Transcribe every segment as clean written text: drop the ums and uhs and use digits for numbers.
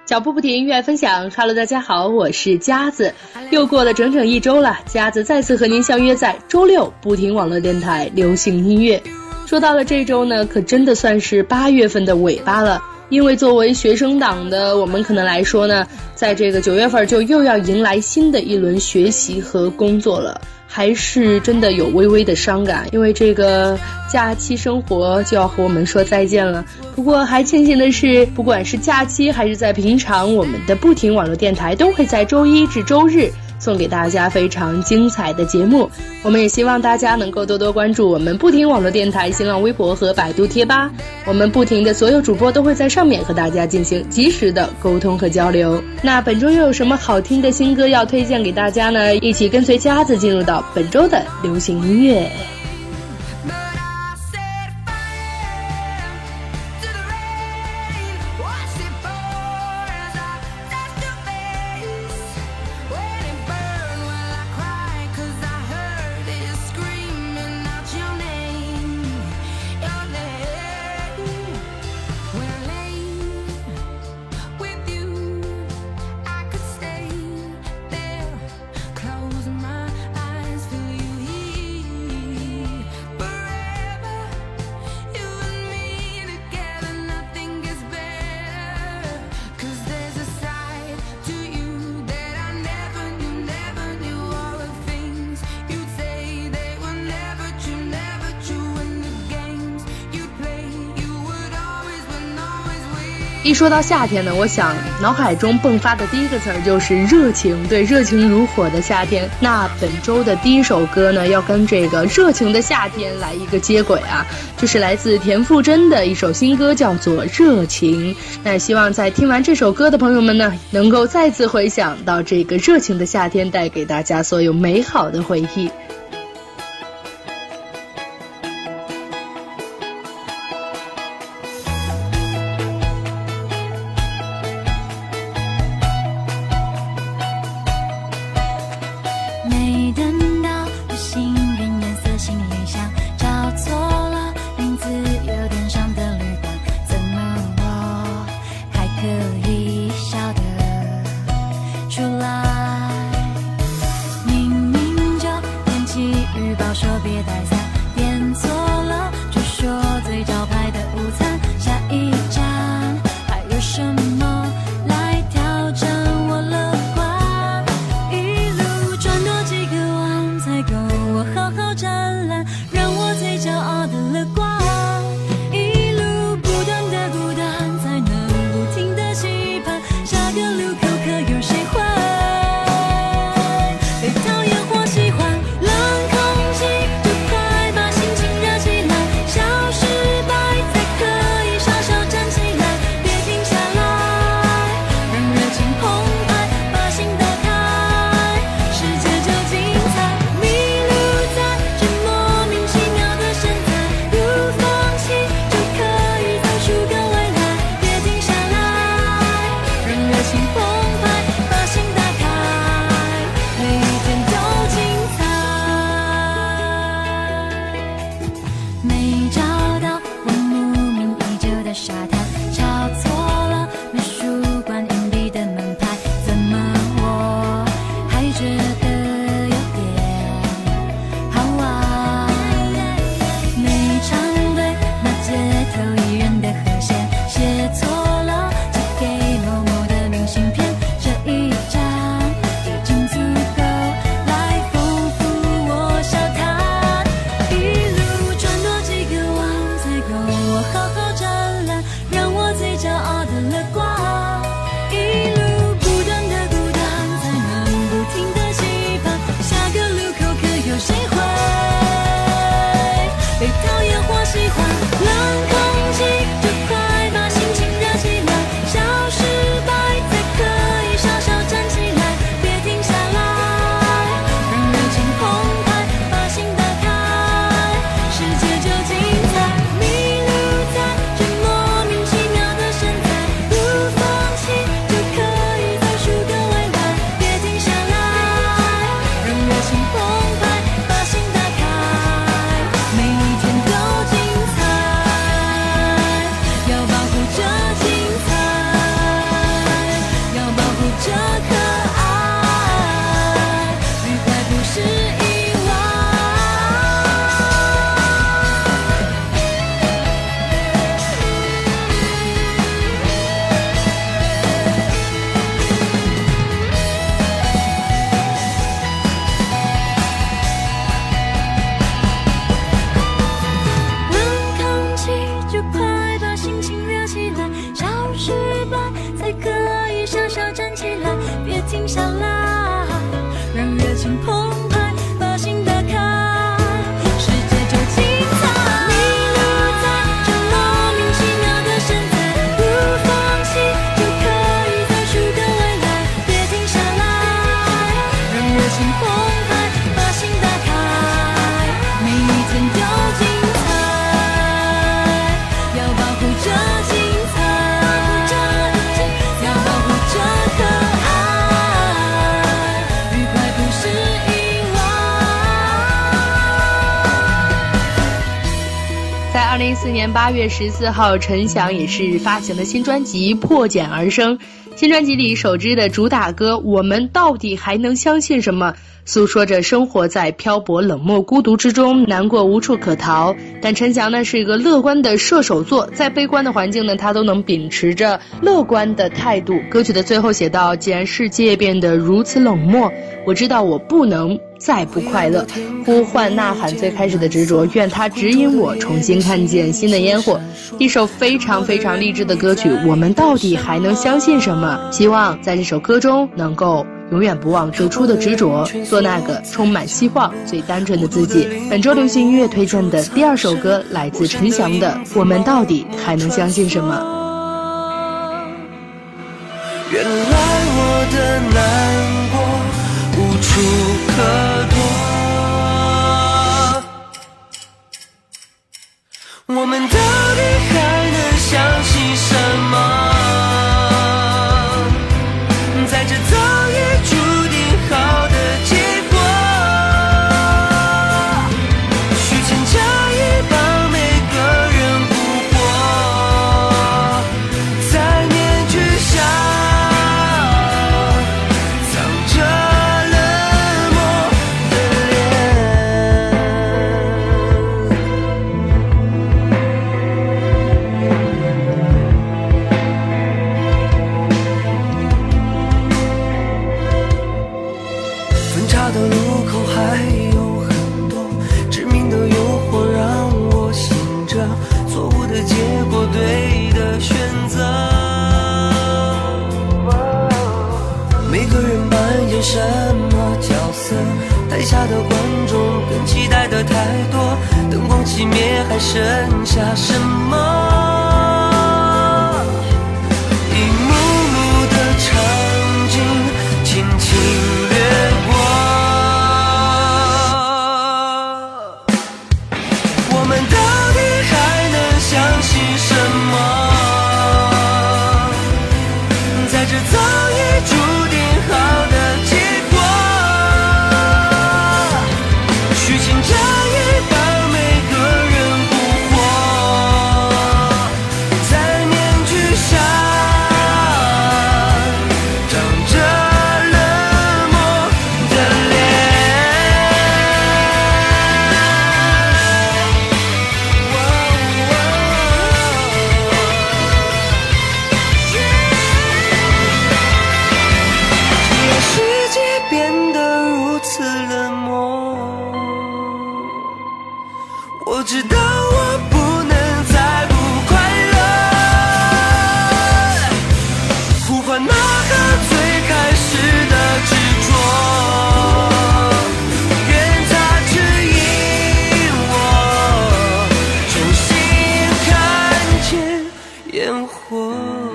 脚步不停，音乐分享。Hello， 大家好，我是佳子。又过了整整一周了，佳子再次和您相约在周六不停网络电台流行音乐。说到了这周呢，可真的算是8月份的尾巴了。因为作为学生党的我们可能来说呢，在这个9月份就又要迎来新的一轮学习和工作了，还是真的有微微的伤感，因为这个假期生活就要和我们说再见了。不过还庆幸的是，不管是假期还是在平常，我们的不停网络电台都会在周一至周日送给大家非常精彩的节目。我们也希望大家能够多多关注我们不停网络电台新浪微博和百度贴吧，我们不停的所有主播都会在上面和大家进行及时的沟通和交流。那本周又有什么好听的新歌要推荐给大家呢？一起跟随佳子进入到本周的流行音乐。一说到夏天呢，我想脑海中迸发的第一个词儿就是热情，对，热情如火的夏天。那本周的第一首歌呢，要跟这个热情的夏天来一个接轨啊，就是来自田馥甄的一首新歌，叫做《热情》。那希望在听完这首歌的朋友们呢，能够再次回想到这个热情的夏天带给大家所有美好的回忆。 站起来，别停下来，让热情澎湃，把心打开，世界就精彩。你留在这莫名其妙的现在，不放弃就可以走出个未来，别停下来，让热情澎湃，把心打开，每一天都精彩，要保护这精彩，要保护这可爱，愉快不是意外。 在2014年8月14号，陈翔也是发行了新专辑《破茧而生》。新专辑里首支的主打歌《我们到底还能相信什么》，诉说着生活在漂泊、冷漠、孤独之中，难过无处可逃。但陈翔呢是一个乐观的射手座，在悲观的环境呢，他都能秉持着乐观的态度。歌曲的最后写道：既然世界变得如此冷漠，我知道我不能再不快乐。呼唤呐喊最开始的执着，愿它指引我重新看见新的烟火。一首非常非常励志的歌曲，我们到底还能相信什么？希望在这首歌中能够永远不忘最初的执着，做那个充满希望、最单纯的自己。本周流行音乐推荐的第二首歌来自陈翔的《我们到底还能相信什么》。 原来我的难过无处可躲，我们到底还能相信什么？在这早已注定好的结果，虚情假意帮每个人蛊惑，在面具下藏着冷漠的脸。分岔的路口还有很多致命的诱惑，让我醒着错误的结果，对的选择。每个人扮演什么角色？台下的观众更期待的太多，灯光熄灭，还剩下什么？一幕幕的场景轻轻掠过，我们到底还能相信什么？在这早已注定好的结果，虚情假意帮每个人蛊惑，在面具下长着冷漠的脸。既然世界变得如此冷漠，我知道我不能再不快乐。呼唤呐喊最开始的执着，愿它指引我重新看见烟火。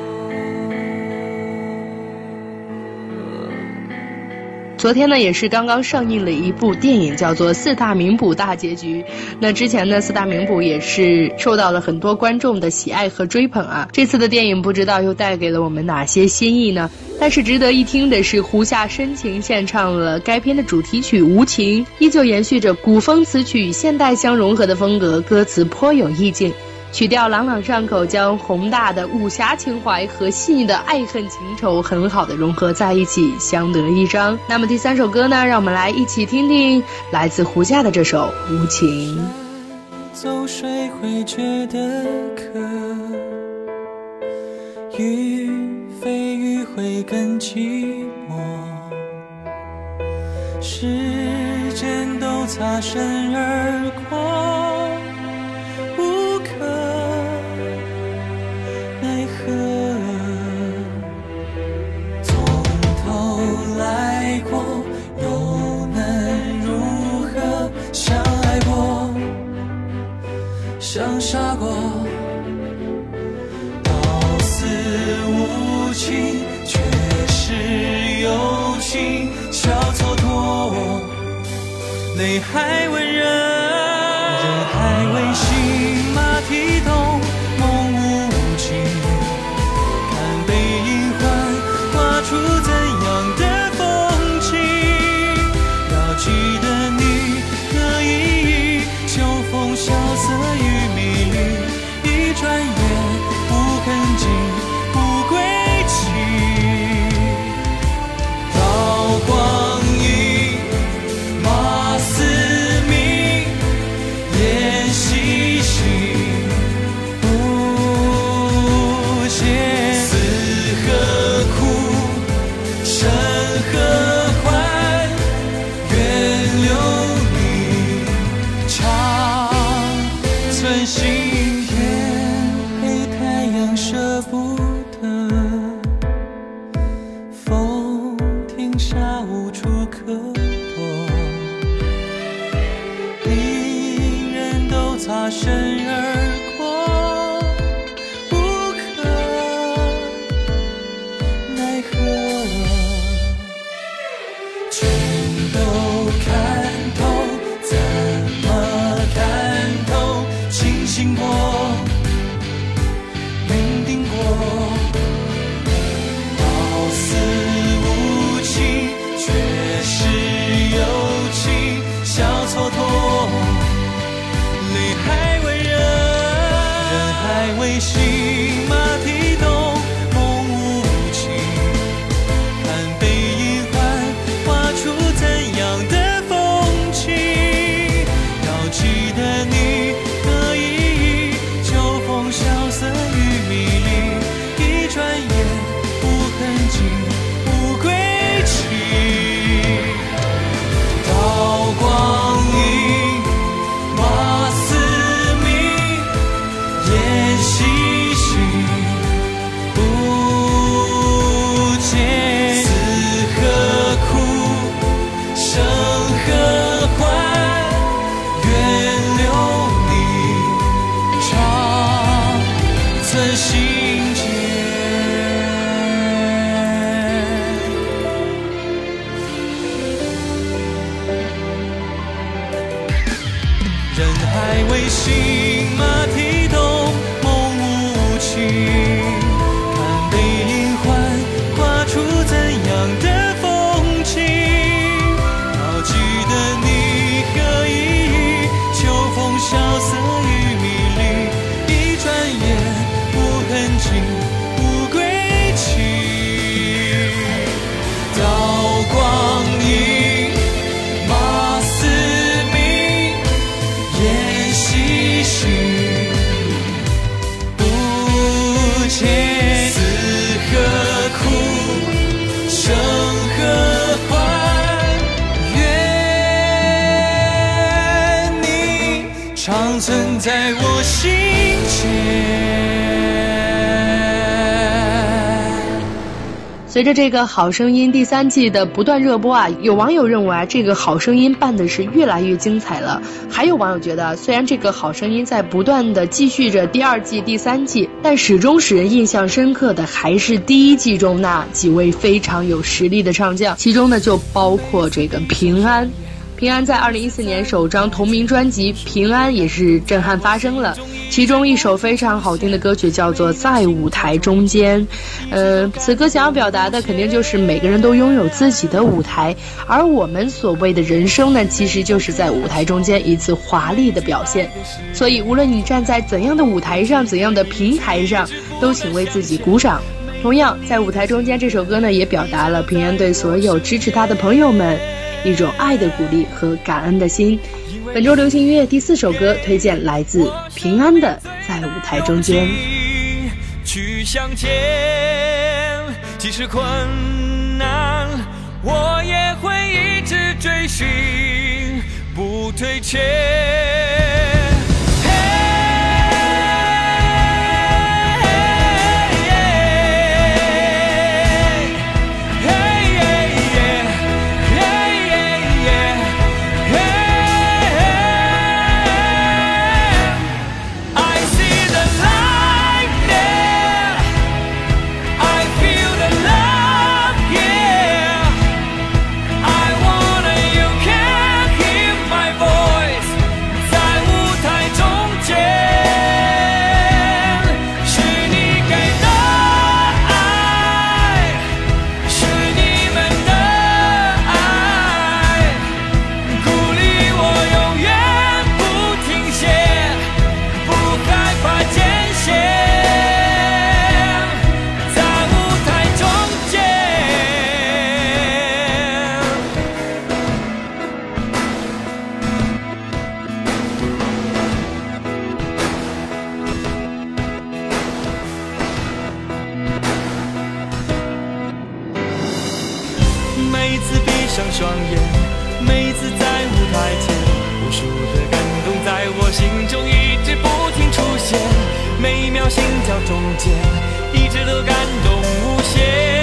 昨天呢，也是刚刚上映了一部电影，叫做《四大名捕大结局》。那之前呢，四大名捕也是受到了很多观众的喜爱和追捧啊。这次的电影不知道又带给了我们哪些新意呢？但是值得一听的是，胡夏深情献唱了该片的主题曲《无情》，依旧延续着古风词曲与现代相融合的风格，歌词颇有意境。曲调朗朗上口，将宏大的武侠情怀和细腻的爱恨情仇很好的融合在一起，相得益彰。那么第三首歌呢，让我们来一起听听来自胡夏的这首《无情》。 走谁会觉得渴，雨非雨会更寂寞，时间都擦身而过，无可奈何。从划过，到死无情，却是有情，笑蹉跎，泪还温热，人还未醒，马蹄动，梦无情，看背影幻画出怎样的风景，要记得你的意义，秋风萧瑟与迷离，一转眼无痕迹无归期，刀光影马嘶鸣，烟细细不见，死何苦生何欢，愿留你长存心田，黑太阳舍不得，风停下无处可躲，离人都擦身而过，无可奈何，全都看透，怎么看透？清醒过，云定过，到死无情，却是有情，笑蹉跎，泪还温热，人还未醒，马蹄动，梦无情，看背影幻画出怎样的风景，要记得你的意义，秋风萧瑟与迷离，一转眼无痕迹无归期，刀光影马嘶鸣，烟细细不见，死何苦生何欢，愿留你长存心间，人还未醒，马蹄动，梦无情，看背影幻画出怎样的风景，要记得你和意义，秋风萧瑟与迷离，一转眼无痕迹无归期，刀光影马嘶鸣，烟细细不见，死何苦生何欢，愿你长存在我心间。 随着这个《好声音》第3季的不断热播啊，有网友认为啊，这个《好声音》办的是越来越精彩了。还有网友觉得，虽然这个《好声音》在不断的继续着第2季、第3季，但始终使人印象深刻的还是第1季中那几位非常有实力的唱将，其中呢就包括这个平安。平安在2014年首张同名专辑《平安》也是震撼发声了，其中一首非常好听的歌曲叫做《在舞台中间》。此歌想要表达的肯定就是每个人都拥有自己的舞台，而我们所谓的人生呢，其实就是在舞台中间一次华丽的表现。所以无论你站在怎样的舞台上，怎样的平台上，都请为自己鼓掌。同样，在舞台中间这首歌呢，也表达了平安对所有支持他的朋友们一种爱的鼓励和感恩的心。本周流行音乐第4首歌推荐来自平安的《在舞台中间》。 去向前，即使困难，我也会一直追寻，不退却。I see 双眼，每次在舞台前，无数的感动在我心中一直不停出现，每一秒心跳中间，一直都感动无限。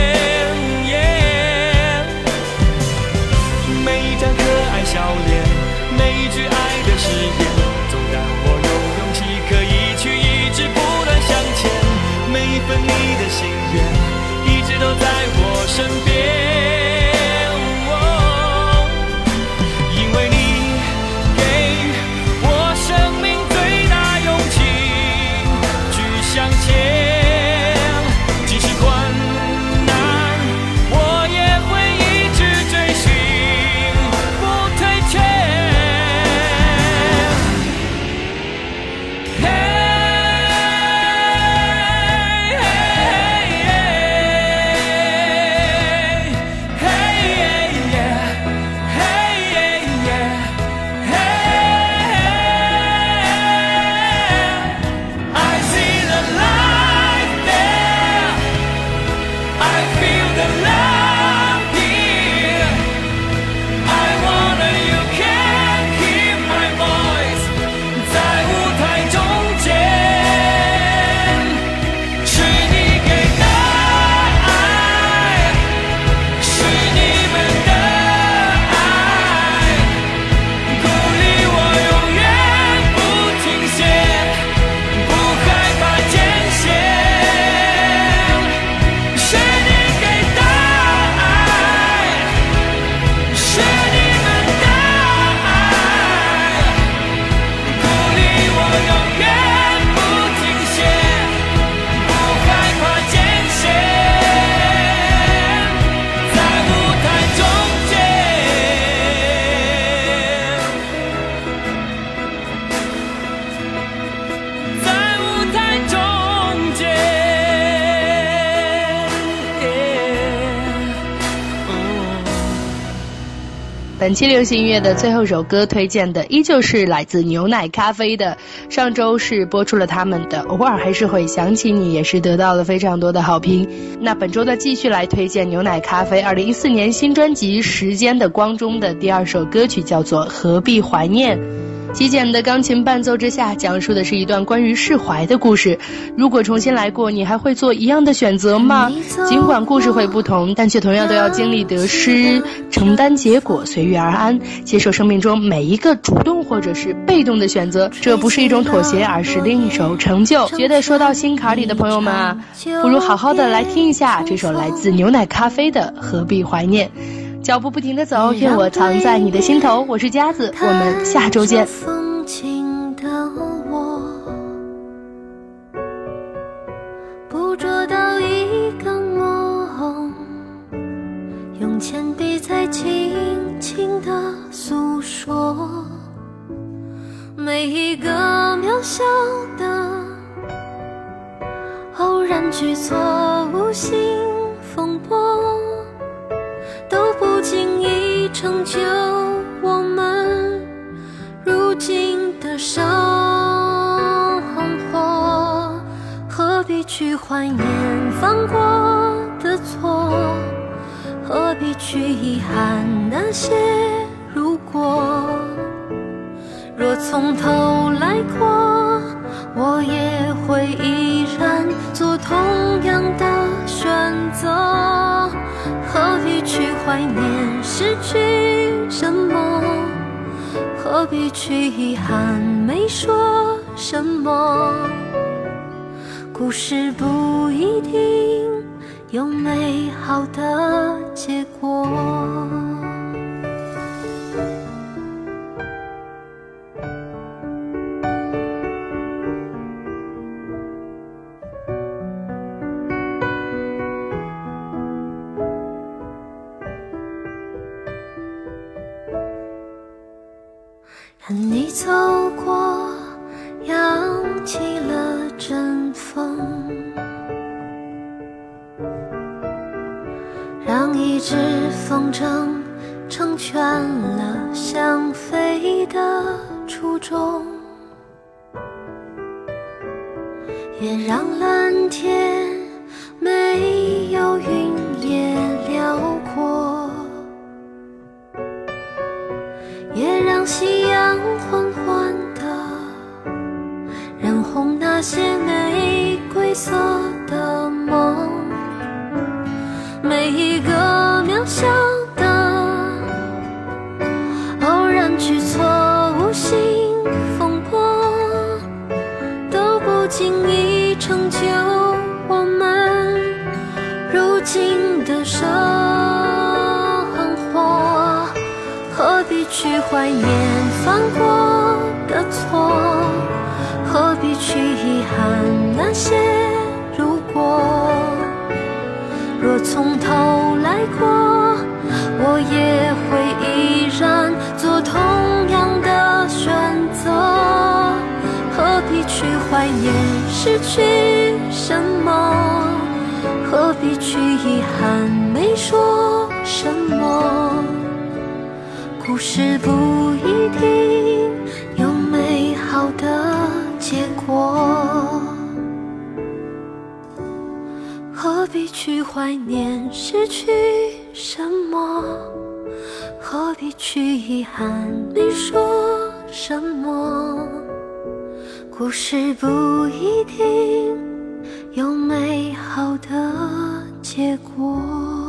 每一张可爱笑脸，每一句爱的誓言，纵然我有勇气可以去一直不断向前，每一份你的心愿一直都在我身边。因为你给我生命最大勇气去向前，即使困难我也会一直追寻，不退却。 本期流行音乐的最后首歌推荐的依旧是来自牛奶咖啡的，上周是播出了他们的偶尔还是会想起你，也是得到了非常多的好评。那本周的继续来推荐牛奶咖啡2014年新专辑时间的光中的第二首歌曲，叫做何必怀念。极简的钢琴伴奏之下，讲述的是一段关于释怀的故事。如果重新来过，你还会做一样的选择吗？尽管故事会不同，但却同样都要经历得失，承担结果，随遇而安，接受生命中每一个主动或者是被动的选择。这不是一种妥协，而是另一首成就。觉得说到心坎里的朋友们啊，不如好好的来听一下这首来自牛奶咖啡的何必怀念。脚步不停地走，愿我藏在你的心头。我是佳子，我们下周见。 风景的我捕捉到一个梦，用铅笔在轻轻地诉说每一个渺小的偶然举措，无心风波都不经意成就我们如今的生活。何必去怀念犯过的错，何必去遗憾那些如果。若从头来过，我也会依然做同样的选择。何必去怀念失去什么，何必去遗憾没说什么。故事不一定有美好的结果。看你走过，扬起了阵风，让一只风筝成全了想飞的初衷，也让蓝天没有云也辽阔。 那些难以归宿的梦，每一个渺小的偶然举措，无心风波，都不经意成就我们如今的生活。何必去怀念犯过的错，何必去遗憾那些如果。若从头来过，我也会依然做同样的选择。何必去怀念失去什么，何必去遗憾没说什么。故事不一定有美好的结果，何必去怀念失去什么，何必去遗憾没说什么。故事不一定有美好的结果。